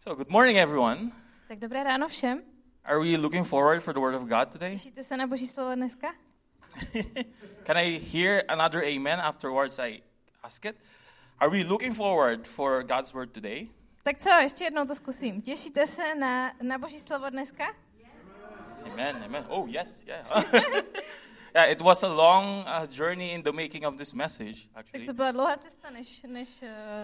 So, good morning, everyone. Tak dobré ráno všem. Are we looking forward for the Word of God today? Těšíte se na Boží slovo dneska? Can I hear another amen afterwards I ask it? Are we looking forward for God's Word today? Tak co, ještě jednou to zkusím. Těšíte se na Boží slovo dneska? Amen, amen. Oh, yes, yeah. Yeah, it was a long journey in the making of this message, Tak actually. to byla dlouhá cesta, než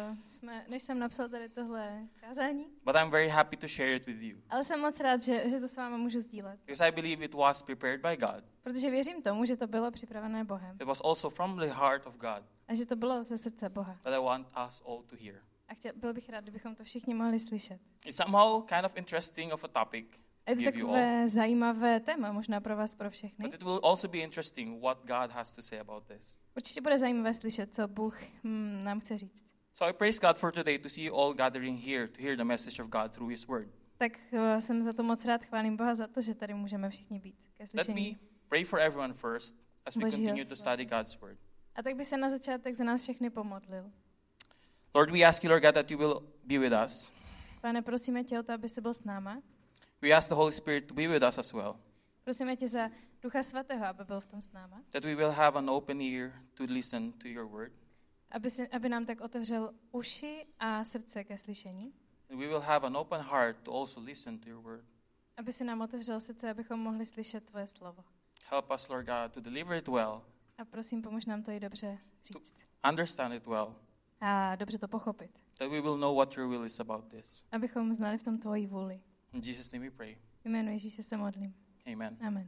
jsem napsal tady tohle kázání. But I'm very happy to share it with you. Ale jsem moc rád, že to s vámi můžu sdílet. Because I believe it was prepared by God. Protože věřím tomu, že to bylo připravené Bohem. It was also from the heart of God A že to bylo ze srdce Boha. that I want us all to hear. A byl bych rád, kdybychom to všichni mohli slyšet. It's somehow kind of interesting of a topic. A je to Give you all. takové zajímavé téma, možná pro vás, pro všechny. But it will also be interesting what God has to say about this. Určitě bude zajímavé slyšet, co Bůh nám chce říct. So I praise God for today to see you all gathering here to hear the message of God through His Word. Tak jsem za to moc rád, chválím Boha za to, že tady můžeme všichni být ke Let slyšení. me pray for everyone first as we Božího continue to slova. study God's Word. A tak by se na začátek za nás všechny pomodlil. Lord, we ask you, Lord God, that you will be with us. Pane, prosíme tě o to, aby jsi byl s náma. We ask the Holy Spirit to be with us as well. Prosíme tě za Ducha Svatého, aby byl v tom s náma. That we will have an open ear to listen to your word. Aby nám tak otevřel uši a srdce ke slyšení. And we will have an open heart to also listen to your word. Aby si nám otevřel srdce, abychom mohli slyšet tvoje slovo. Help us, Lord God, to deliver it well, A prosím, pomož nám to i dobře říct. understand it well, A dobře to pochopit. that we will know what your will is about this. Abychom znali v tom tvoji vůli. In Jesus' name we pray. V jménu Ježíše se modlím. Amen. Amen.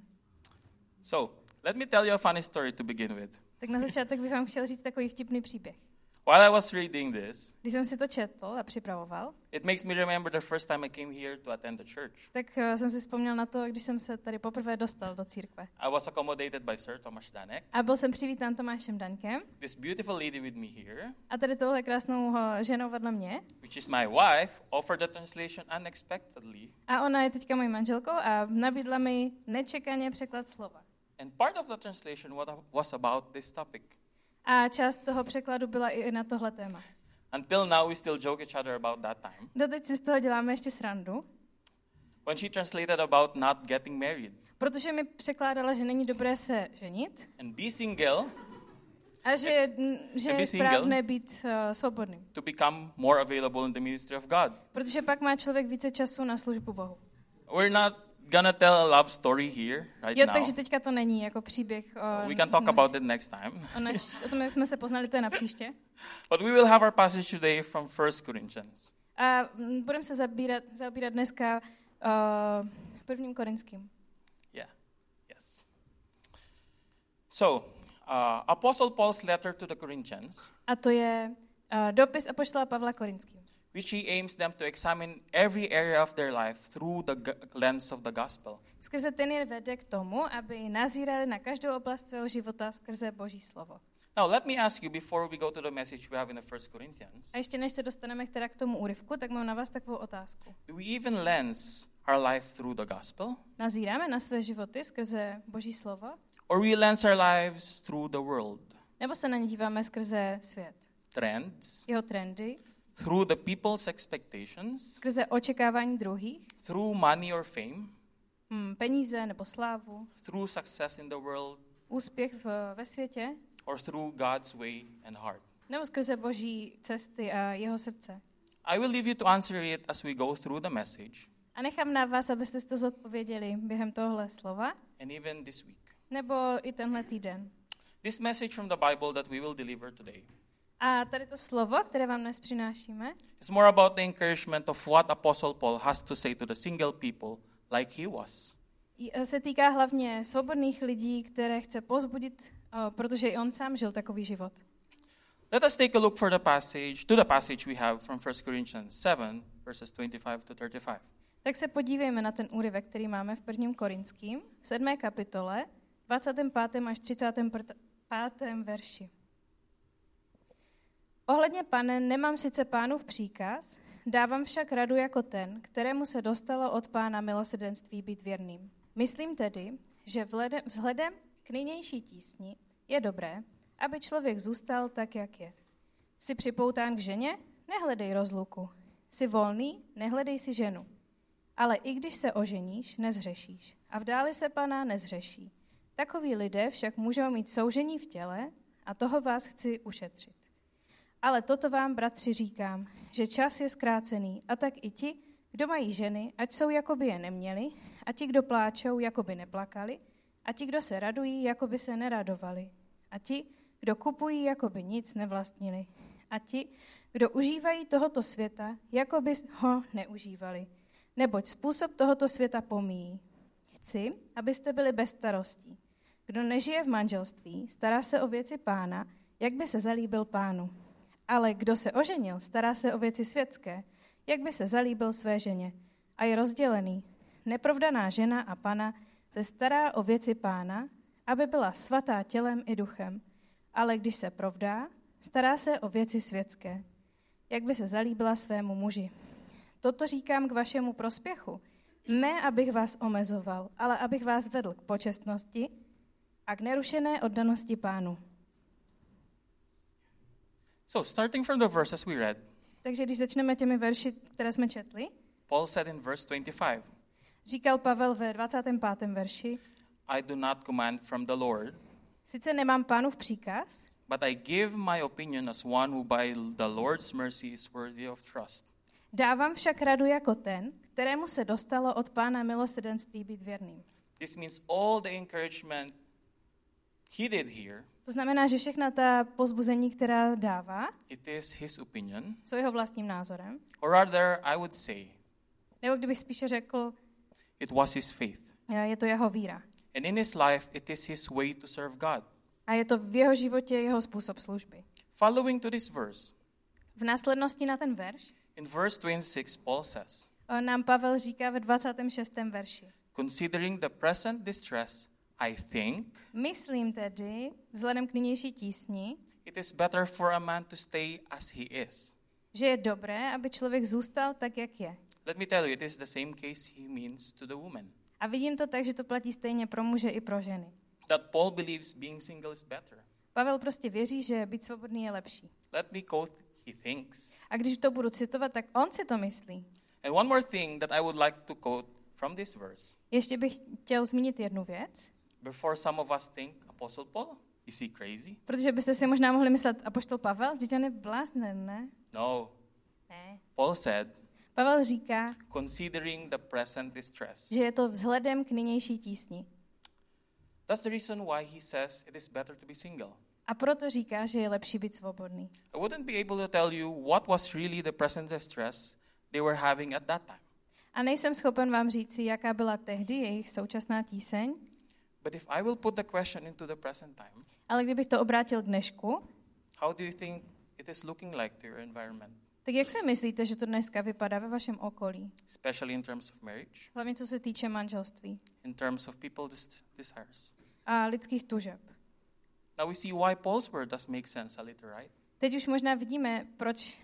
So, let me tell you a funny story to begin with. Tak na začátek bych vám chtěl říct takový vtipný příběh. While I was reading this, Když jsem si to četl a připravoval, it makes me remember the first time I came here to attend the church. tak jsem si vzpomněl na to, když jsem se tady poprvé dostal do církve. I was accommodated by Sir Tomáš Danek, A byl jsem přivítán Tomášem Daňkem this beautiful lady with me here, a tady touhle krásnou ženou vedle mě. which is my wife, offered the translation unexpectedly. A ona je teďka mojí manželkou a nabídla mi nečekaně překlad slova. And part of the translation was about this topic. A část toho překladu byla i na tohle téma. Until now, we still joke each other about that time. Doteď si z toho děláme ještě srandu, When she translated about not getting married protože mi překládala, že není dobré se ženit and be single a že je správné být svobodným. to become more available in the ministry of God. Protože pak má člověk více času na službu Bohu. We're not gonna tell a love story here right Jo, now. takže teďka to není jako příběh We can talk about it next time. o tom, jak jsme se poznali, to je na příště. But we will have our passage today from 1 Corinthians. A budeme se zabírat dneska 1. Korinským. Yeah. Yes. So, Apostle Paul's letter to the Corinthians, A to je dopis apoštola Pavla Korinským, which he aims them to examine every area of their life through the lens of the gospel. skrze ten je vede k tomu, aby nazírali na každou oblast svého života skrze Boží slovo. Now, let me ask you, before we go to the message we have in the 1 Corinthians, A ještě než se dostaneme teda k tomu úryvku, tak mám na vás takovou otázku. do we even lens our life through the gospel? Nazíráme na své životy skrze Boží slovo? Or we lens our lives through the world? Nebo se na ně díváme skrze svět? Trends, Jeho trendy? through the people's expectations, Skrze očekávání druhých? through money or fame, Peníze nebo slávu? through success in the world, Úspěch ve světě? or through God's way and heart? Nebo skrze Boží cesty a jeho srdce? I will leave you to answer it as we go through the message, A nechám na vás, abyste si to zodpověděli během tohle slova, and even this week. nebo i tenhle týden. This message from the Bible that we will deliver today A tady to slovo, které vám dnes přinášíme, is more about the encouragement of what Apostle Paul has to say to the single people like he was. se týká hlavně svobodných lidí, které chce povzbudit, protože i on sám žil takový život. Let us take a look to the passage we have from 1 Corinthians 7, verses 25 to 35. Tak se podívejme na ten úryvek, který máme v 1. Korinským, v 7. kapitole, 25. až 35. verši. Ohledně panen nemám sice pánův příkaz, dávám však radu jako ten, kterému se dostalo od Pána milosrdenství být věrným. Myslím tedy, že vzhledem k nynější tísni je dobré, aby člověk zůstal tak, jak je. Jsi připoután k ženě? Nehledej rozluku. Jsi volný, nehledej si ženu. Ale i když se oženíš, nezhřešíš. A vdáli se Pana, nezhřeší. Takoví lidé však můžou mít soužení v těle a toho vás chci ušetřit. Ale toto vám, bratři, říkám, že čas je zkrácený a tak i ti, kdo mají ženy, ať jsou, jako by je neměli, a ti, kdo pláčou, jako by neplakali, a ti, kdo se radují, jako by se neradovali, a ti, kdo kupují, jako by nic nevlastnili, a ti, kdo užívají tohoto světa, jako by ho neužívali. Neboť způsob tohoto světa pomíjí. Chci, abyste byli bez starostí. Kdo nežije v manželství, stará se o věci Pána, jak by se zalíbil Pánu. Ale kdo se oženil, stará se o věci světské, jak by se zalíbil své ženě. A je rozdělený. Neprovdaná žena a Pana se stará o věci Pána, aby byla svatá tělem i duchem. Ale když se provdá, stará se o věci světské, jak by se zalíbila svému muži. Toto říkám k vašemu prospěchu, ne abych vás omezoval, ale abych vás vedl k počestnosti a k nerušené oddanosti Pánu. So, starting from the verses we read, Takže když začneme těmi verši, které jsme četli, Paul said in verse 25, říkal Pavel ve 25. verši, I do not command from the Lord, sice nemám Pánův příkaz, but I give my opinion as one who by the Lord's mercy is worthy of trust. dávám však radu jako ten, kterému se dostalo od Pána milosrdenství být věrným. This means all the encouragement he did here, To znamená, že všechna ta povzbuzení, která dává, it is his opinion, jsou jeho vlastním názorem. or rather, I would say, Nebo kdybych spíše řekl, it was his faith. je to jeho víra. And in his life, it is his way to serve God. A je to v jeho životě jeho způsob služby. Following to this verse, V následnosti na ten verš in verse 26, Paul says, nám Pavel říká ve 26. verši. considering the present distress, I think Myslím tedy, vzhledem k nynější tísni, it is better for a man to stay as he is. že je dobré, aby člověk zůstal tak, jak je. Let me tell you, it is the same case he means to the woman. A vidím to tak, že to platí stejně pro muže i pro ženy. That Paul believes being single is better. Pavel prostě věří, že být svobodný je lepší. Let me quote, he thinks. A když to budu citovat, tak on si to myslí. And one more thing that I would like to quote from this verse. Ještě bych chtěl zmínit jednu věc, Before some of us think, Apostle Paul, is he crazy? protože byste si možná mohli myslet, apoštol Pavel, vždyť on je bláznen, ne? No. Ne. Paul said, Pavel říká, considering the present distress. že je to vzhledem k nynější tísni. That's the reason why he says it is better to be single. A proto říká, že je lepší být svobodný. I wouldn't be able to tell you what was really the present distress they were having at that time. A nejsem schopen vám říci, jaká byla tehdy jejich současná tíseň, But if I will put the question into the present time, ale kdybych to obrátil k dnešku, how do you think it is looking like to your environment, tak jak si myslíte, že to dneska vypadá ve vašem okolí? especially in terms of marriage, Hlavně co se týče manželství in terms of people's desires? a lidských tužeb. Now we see why Paul's word does make sense a little, right? Teď už možná vidíme, proč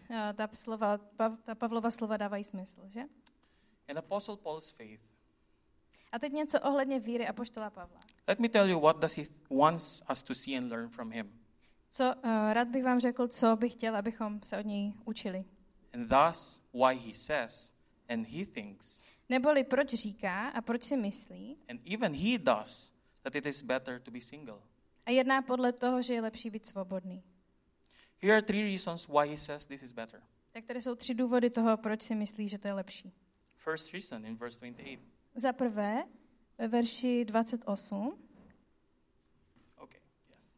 ta Pavlova slova dávají smysl, že? In Apostle Paul's faith, A teď něco ohledně víry apoštola Pavla. let me tell you what does he wants us to see and learn from him. Rád bych vám řekl, co bych chtěl, abychom se od něj učili. And thus why he says and he thinks Neboli proč říká a proč si myslí and even he does that it is better to be single. a jedná podle toho, že je lepší být svobodný. Here are 3 reasons why he says this is better. Tak tady jsou 3 důvody toho, proč si myslí, že to je lepší. First reason in verse 28. Za prvé, ve verši 28, Okay, yes.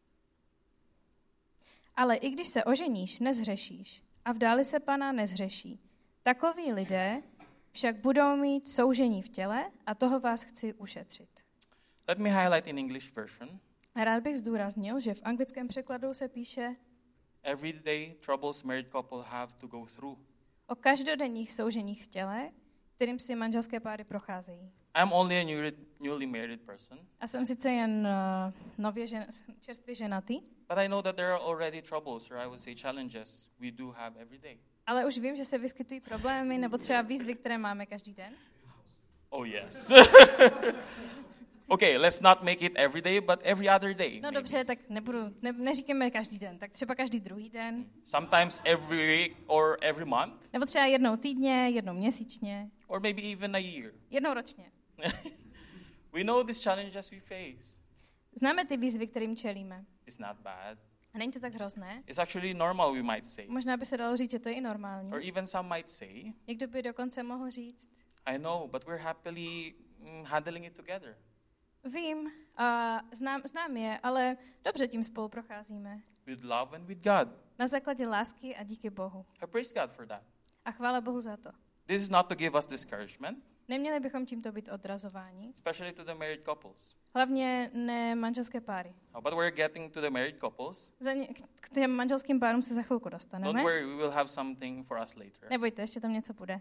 ale i když se oženíš, nezhřešíš a vdáli se Pana, nezhřeší. Takoví lidé však budou mít soužení v těle a toho vás chci ušetřit. Let me highlight in English version. A rád bych zdůraznil, že v anglickém překladu se píše Everyday troubles married couple have to go through. o každodenních souženích v těle, kterým si manželské páry procházejí. I'm only a newly married person, A jsem sice jen čerstvě ženatý, but I know that there are already troubles, or I would say challenges, we do have every day. ale už vím, že se vyskytují problémy nebo třeba výzvy, které máme každý den. Oh yes. Okay, let's not make it every day, but every other day. No maybe. dobře, tak neříkáme každý den, tak třeba každý druhý den. Sometimes every week or every month, Nebo třeba jednou týdně, jednou měsíčně, or maybe even a year. jednou ročně. We know these challenges we face. Známe ty výzvy, kterým čelíme. It's not bad. A není to tak hrozné. It's actually normal, we might say. Možná by se dalo říct, že to je i normální. Or even some might say, Někdo by dokonce mohl říct, I know, but we're happily handling it together. vím, znám je, ale dobře tím spolu procházíme. With love and with God. Na základě lásky a díky Bohu. I praise God for that. A chvála Bohu za to. This is not to give us discouragement, Neměli bychom tímto být odrazováni. especially to the married couples. Hlavně ne manželské páry. But we're getting to the married couples. K těm manželským párům se za chvilku Don't dostaneme. worry, we will have something for us later. Nebojte, ještě tam něco bude.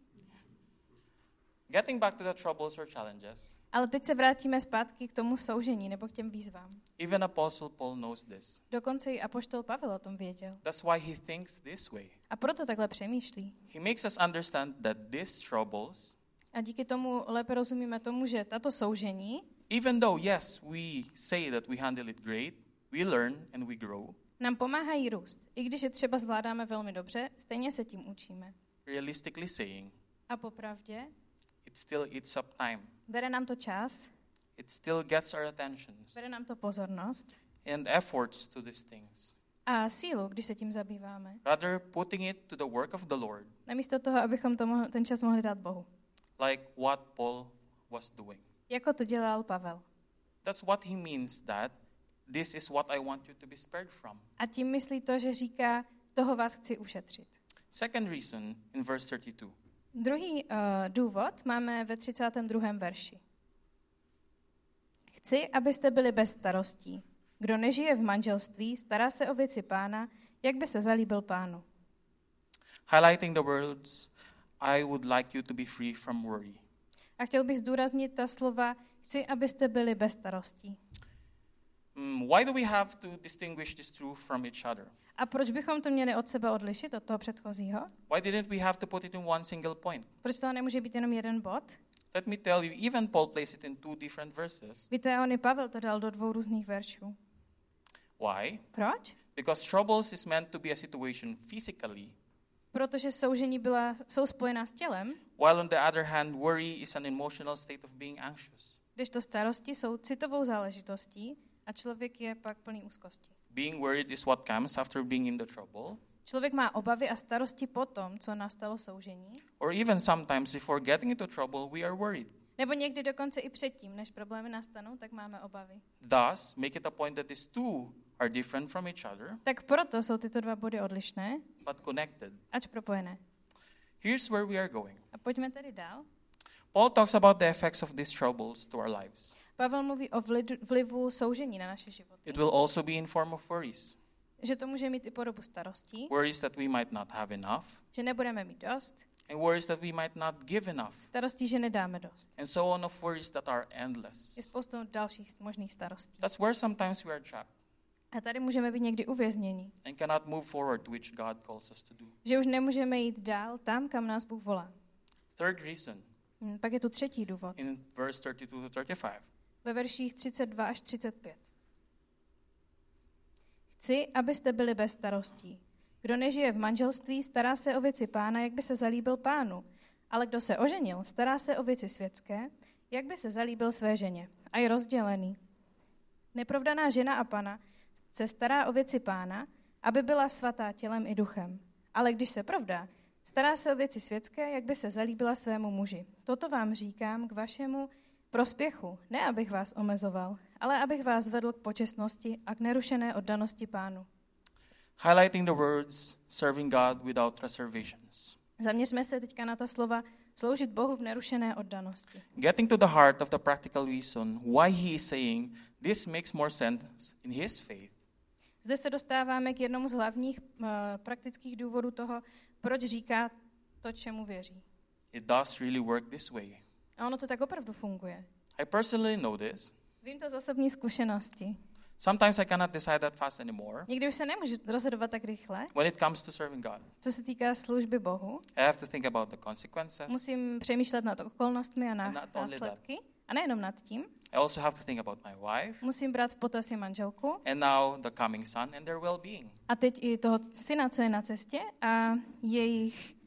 Getting back to the troubles or challenges, Ale teď se vrátíme zpátky k tomu soužení nebo k těm výzvám. even Apostle Paul knows this. Dokonce i apoštol Pavel o tom věděl. That's why he thinks this way. A proto takhle přemýšlí. He makes us understand that these troubles, A díky tomu lépe rozumíme tomu, že tato soužení, even though, yes, we say that we handle it great, we learn and we grow, nám pomáhají růst. I když je třeba zvládáme velmi dobře, stejně se tím učíme. realistically saying, A popravdě, it still eats up time. bere nám to čas, It still gets our attentions bere nám to pozornost and efforts to these things. a sílu, když se tím zabýváme. Rather, putting it to the work of the Lord, Namísto toho, abychom ten čas mohli dát Bohu. like what Paul was doing. Jako to dělal Pavel. That's what he means, that this is what I want you to be spared from. A tím myslí to, že říká, toho vás chci ušetřit. Second reason in verse 32. Druhý důvod máme ve 32. verši. Chci, abyste byli bez starostí. Kdo nežije v manželství, stará se o věci Pána, jak by se zalíbil Pánu. Highlighting the words, I would like you to be free from worry. A chtěl bych zdůraznit ta slova, chci, abyste byli bez starostí. Why do we have to distinguish this truth from each other? A proč bychom to měli od sebe odlišit, od toho předchozího? Why didn't we have to put it in one single point? Proč toho nemůže být jenom jeden bod? Let me tell you, even Paul placed it in 2 different verses. Víte, on i Pavel to dal do 2 různých veršů. Why? Proč? Because troubles is meant to be a situation physically, Protože soužení jsou spojená s tělem, while on the other hand, worry is an emotional state of being anxious. kdežto starosti jsou citovou záležitostí a člověk je pak plný úzkosti. Being worried is what comes after being in the trouble, Člověk má obavy a starosti po tom, co nastalo soužení, or even sometimes before getting into trouble, we are worried. nebo někdy dokonce i předtím, než problémy nastanou, tak máme obavy. Thus, make it a point that these two are different from each other, Tak proto jsou tyto dva body odlišné, but connected. ač propojené. Here's where we are going. A pojďme tedy dál. Paul talks about the effects of these troubles to our lives. Pavel mluví o vlivu soužení na naše životy. It will also be in form of worries. Že to může mít i podobu starostí, Worries that we might not have enough, že nebudeme mít dost, and worries that we might not give enough, starostí, že nedáme dost. and so on of worries that are Je endless. spoustu dalších možných starostí. That's where sometimes we are trapped A tady můžeme být někdy uvězněni, and cannot move forward to which God calls us to do. že už nemůžeme jít dál tam, kam nás Bůh volá. Third reason Pak je tu třetí důvod, in verse 32 to 35. ve verších 32 až 35. Chci, abyste byli bez starostí. Kdo nežije v manželství, stará se o věci Pána, jak by se zalíbil Pánu. Ale kdo se oženil, stará se o věci světské, jak by se zalíbil své ženě. A je rozdělený. Neprovdaná žena a Pana se stará o věci Pána, aby byla svatá tělem i duchem. Ale když se provdá, stará se o věci světské, jak by se zalíbila svému muži. Toto vám říkám k vašemu prospěchu, ne abych vás omezoval, ale abych vás vedl k počestnosti a k nerušené oddanosti Pánu. Highlighting the words, serving God without reservations. Zaměřme se teďka na ta slova sloužit Bohu v nerušené oddanosti. Getting to the heart of the practical reason why he is saying this makes more sense in his faith. Zde se dostáváme k jednomu z hlavních praktických důvodů toho, proč říká to, čemu věří. It does really work this way. A ono to tak opravdu funguje. I personally know this. Vím to z osobní zkušenosti. Sometimes I cannot decide that fast anymore Někdy už se nemůžu rozhodovat tak rychle, when it comes to serving God. co se týká služby Bohu. I have to think about the consequences. Musím přemýšlet nad okolnostmi a And not only that. následky. A nejenom nad tím, I also have to think about my wife, musím brát v potaz i manželku and now the coming son and their well-being. a teď i toho syna, co je na cestě a jejich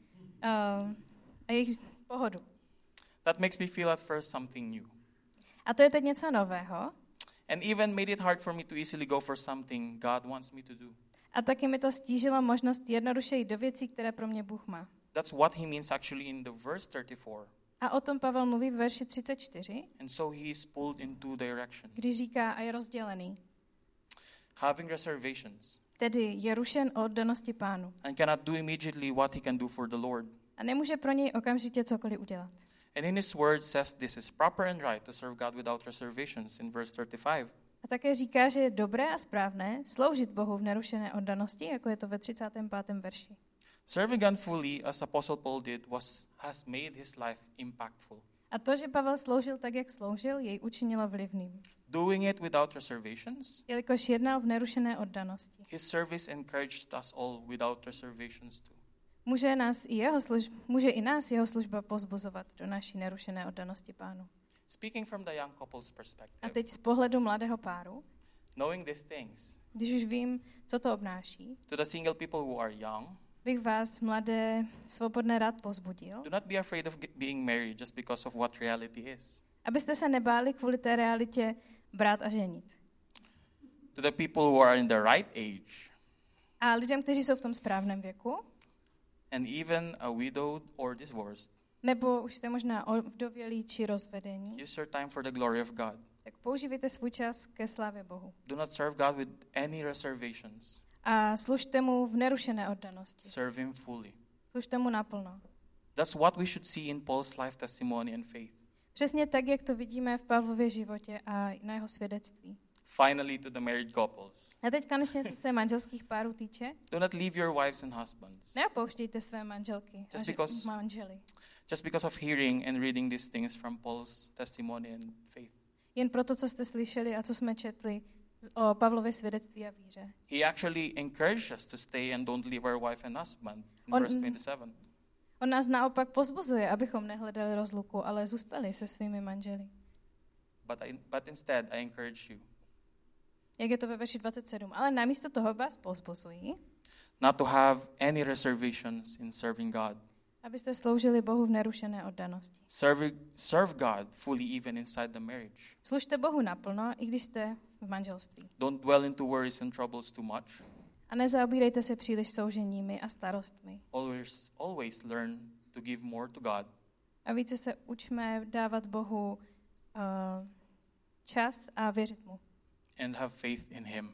pohodu. That makes me feel at first something new. A to je teď něco nového. And even made it hard for me to easily go for something God wants me to do. A taky mi to stížilo možnost jednoduše jít do věcí, které pro mě Bůh má. That's what he means actually in the verse 34. A o tom Pavel mluví v verši 34, And so he is pulled in two directions. když říká a je rozdělený. Having reservations Tedy je rušen o oddanosti Pánu. and cannot do immediately what he can do for the Lord. A nemůže pro něj okamžitě cokoliv udělat. And in his word says this is proper and right to serve God without reservations in verse 35. A také říká, že je dobré a správné sloužit Bohu v nerušené oddanosti, jako je to ve 35. verši. Serving God fully, as Apostle Paul did, has made his life impactful. A to, že Pavel sloužil tak, jak sloužil, jej učinilo vlivným. Doing it without reservations, Jelikož jednal v nerušené oddanosti. his service encouraged us all without reservations too. Může i nás jeho služba pozbuzovat do naší nerušené oddanosti Pánu. Speaking from the young couple's A perspective, teď z pohledu mladého páru, knowing these things, když už vím, co to obnáší, to the single people who are young, bych vás, mladé, svobodné, rád povzbudil, do not be afraid of being married just because of what reality is. abyste se nebáli kvůli té realitě brát a ženit. To the people who are in the right age, A lidem, kteří jsou v tom správném věku, and even a widowed or divorced, nebo už jste možná ovdovělí či rozvedení, use your time for the glory of God. tak používejte svůj čas ke slávě Bohu. Do not serve God with any reservations. A služte mu v nerušené oddanosti. Serve him fully. Služte mu naplno. That's what we should see in Paul's life testimony and faith. Přesně tak, jak to vidíme v Pavlově životě a na jeho svědectví. Finally, to the married couples. A teď konečně, co se manželských párů týče, Do not leave your wives and husbands neopouštějte své manželky a manžely. just because of hearing and reading these things from Paul's testimony and faith. Jen proto, co jste slyšeli a co jsme četli o Pavlově svědectví a víře. He actually encouraged us to stay and don't leave our wife and husband in verse 27. On nás naopak pozbuzuje, abychom nehledali rozluku, ale zůstali se svými manželi. But instead, I encourage you Jak je to ve verši 27. Ale namísto toho vás pozbuzují, not to have any reservations in serving God. abyste sloužili Bohu v nerušené oddanosti. Serve God fully even inside the marriage. Služte Bohu naplno, i když jste v manželství. Don't dwell into worries and troubles too much. A nezaobírejte se příliš souženími a starostmi. Always learn to give more to God. A více se učme dávat Bohu čas a věřit mu. And have faith in him.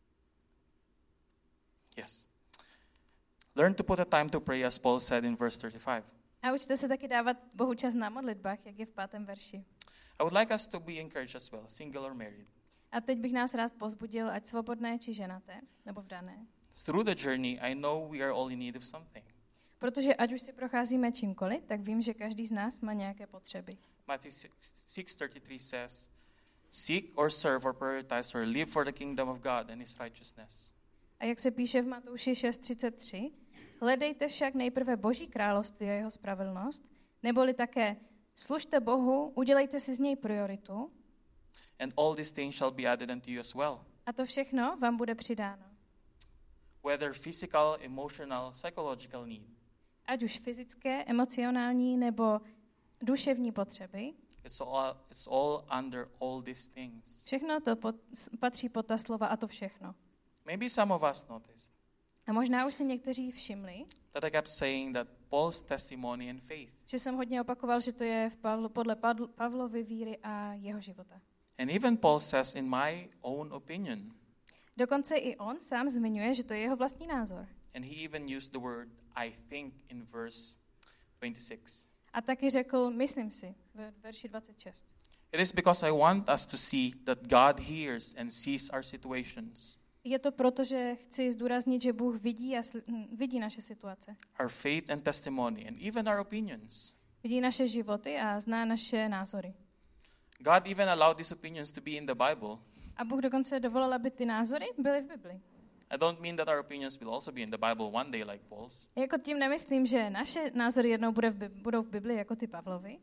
Yes. Learn to put a time to pray, as Paul said in verse 35. A učte se taky dávat Bohu čas na modlitbách, jak je v 5. verši. I would like us to be encouraged as well, single or married. A teď bych nás rád povzbudil, ať svobodné či ženaté, nebo vdané. Through the journey, I know we are all in need of something. Protože ať už si procházíme čímkoliv, tak vím, že každý z nás má nějaké potřeby. Matthew 6:33 says, seek or serve or prioritize or live for the kingdom of God and his righteousness. A jak se píše v Matouši 6:33, hledejte však nejprve Boží království a jeho spravedlnost, neboli také služte Bohu, udělejte si z něj prioritu. And all these things shall be added unto you as well. A to všechno vám bude přidáno. Whether physical, emotional, psychological need. Ať už fyzické, emocionální nebo duševní potřeby. It's all under all these things. Všechno to patří pod ta slova a to všechno. Maybe some of us noticed A možná už si někteří všimli, that I kept saying that Paul's testimony and faith. že jsem hodně opakoval, že to je podle Pavlovy víry a jeho života. And even Paul says in my own opinion. Dokonce i on sám zmiňuje, že to je jeho vlastní názor. And he even used the word I think in verse 26. A taky řekl, myslím si, ve verši 26. It is because I want us to see that God hears and sees our situations. Je to proto, že chci zdůraznit, že Bůh vidí a vidí naše situace. Our faith and testimony and even our opinions. Vidí naše životy a zná naše názory. God even allowed these opinions to be in the Bible. A Bůh dokonce dovolil, aby ty názory byly v Bibli. I don't mean that our opinions will also be in the Bible one day like Paul's. Jako tím nemyslím, že naše názory jednou budou v Bibli jako ty Pavlovy.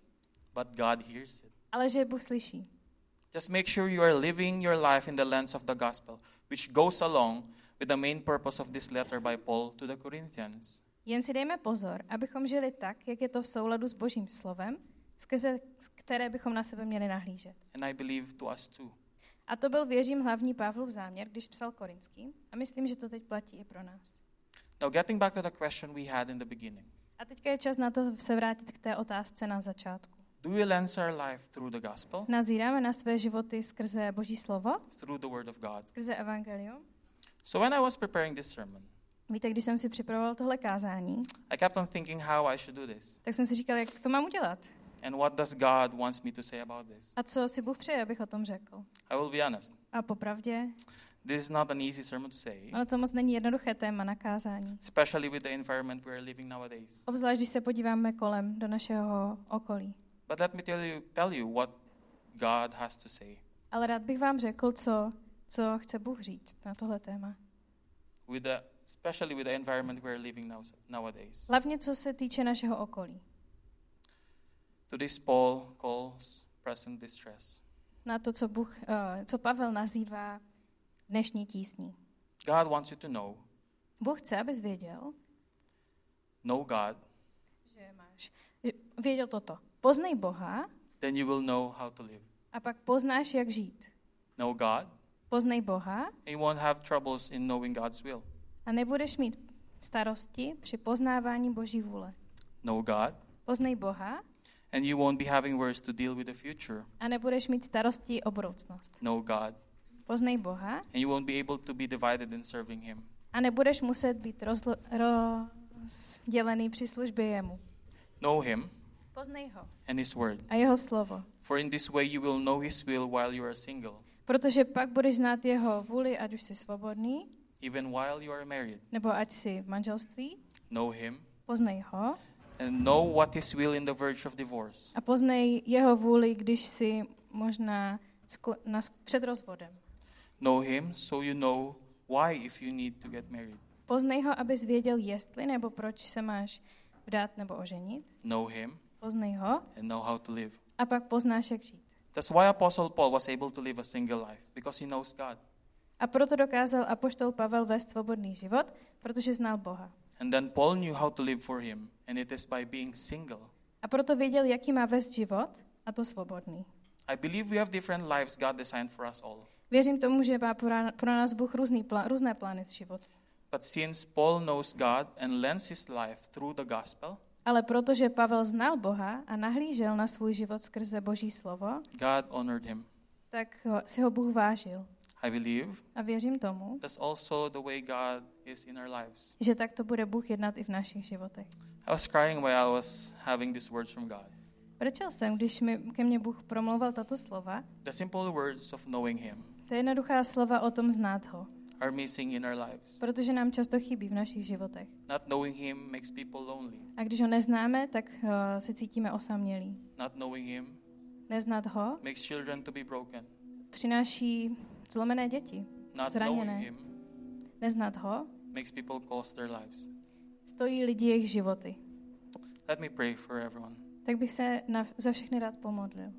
but God hears it. ale že Bůh slyší. Just make sure you are living your life in the lens of the gospel, which goes along with the main purpose of this letter by Paul to the Corinthians. Jen si dejme pozor, abychom žili tak, jak je to v souladu s Božím slovem, skrze které bychom na sebe měli nahlížet. And I believe to us too. A to byl, věřím, hlavní Pavlův záměr, když psal Korinským, a myslím, že to teď platí i pro nás. Now getting back to the question we had in the beginning. A teďka je čas na to se vrátit k té otázce na začátku. Do we lens our life through the gospel? Nazíráme na své životy skrze Boží slovo, Through the word of God. skrze evangelium. So when I was preparing this sermon, Víte, když jsem si připravoval tohle kázání, I kept on thinking how I should do this. tak jsem si říkal, jak to mám udělat. And what does God wants me to say about this? A co si Bůh přeje, abych o tom řekl. I will be honest. A popravdě, This is not an easy sermon to say, ale to moc není jednoduché téma na kázání. especially with the environment we are living nowadays. Obzvlášť, když se podíváme kolem do našeho okolí. But let me tell you what God has to say. Ale rád bych vám řekl, co chce Bůh říct na tohle téma. Especially with the environment we are living nowadays. Hlavně co se týče našeho okolí. Today's Paul calls present distress. Na to, co Pavel nazývá dnešní tísní. God wants you to know Bůh chce, abys věděl, God, že věděl toto. Poznej Boha then you will know how to live. a pak poznáš, jak žít. Know God, Poznej Boha and you won't have troubles in knowing God's will. a nebudeš mít starosti při poznávání Boží vůle. Know God, Poznej Boha and you won't be having worries to deal with the future. a nebudeš mít starosti o budoucnost. Know God, Poznej Boha and you won't be able to be divided in serving Him. a nebudeš muset být rozdělený při službě jemu. Know Him Poznej ho and His word. a jeho slovo. For in this way you will know His will while you are single, Protože pak budeš znát jeho vůli, ať už jsi svobodný, even while you are married. nebo ať jsi v manželství. Know Him Poznej ho and know what His will in the verge of divorce. a poznej jeho vůli, když jsi možná před rozvodem. Know Him so you know why if you need to get married. Poznej ho, abys věděl, jestli nebo proč se máš vdát nebo oženit. Know Him Poznej ho and know how to live. a pak poznáš, jak žít. That's why Apostle Paul was able to live a single life, because he knows God. A proto dokázal apoštol Pavel vést svobodný život, protože znal Boha. And then Paul knew how to live for him, and it is by being single. A proto věděl, jaký má vést život, a to svobodný. I believe we have different lives God designed for us all. Věřím tomu, že má pro nás Bůh různé plány z života. But since Paul knows God and lends his life through the gospel, Ale protože Pavel znal Boha a nahlížel na svůj život skrze Boží slovo, God honored him. tak si ho Bůh vážil. I believe A věřím tomu, that's also the way God is in our lives. že tak to bude Bůh jednat i v našich životech. I was crying while I was having these words from God. Brečel jsem, když ke mně Bůh promlouval tato slova. The simple words of knowing him To je jednoduchá slova o tom znát ho, are missing in our lives. protože nám často chybí v našich životech. Not knowing him makes people lonely. A když ho neznáme, tak se cítíme osamělí. Not knowing him Neznat ho makes children to be broken. přináší zlomené děti, Not knowing zraněné. him Neznat ho makes people cost their lives. stojí lidi jejich životy. Let me pray for everyone. Tak bych se za všechny rád pomodlil.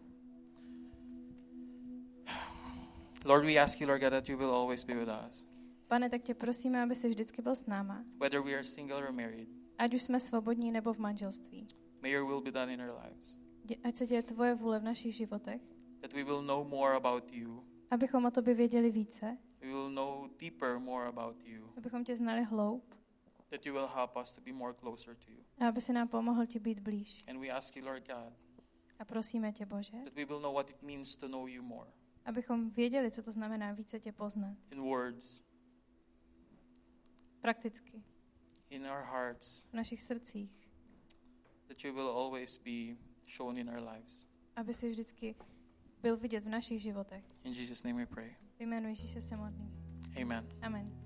Lord, we ask you, Lord God, that you will always be with us. Pane, tak tě prosíme, aby jsi vždycky byl s náma. Whether we are single or married, Ať už jsme svobodní nebo v manželství. may your will be done in our lives. Ať se děje tvoje vůle v našich životech. That we will know more about you. Abychom o tobě věděli více. We will know deeper more about you. Abychom tě znali hloub. That you will help us to be more closer to you. A aby si nám pomohl ti být blíž. And we ask you, Lord God, A prosíme tě, Bože, that we will know what it means to know you more. abychom věděli, co to znamená více tě poznat. In words, Prakticky. in our hearts, V našich srdcích. that you will always be shown in our lives. Aby si vždycky byl vidět v našich životech. In Jesus' name we pray. V jménu Ježíše se modlím. Amen. Amen.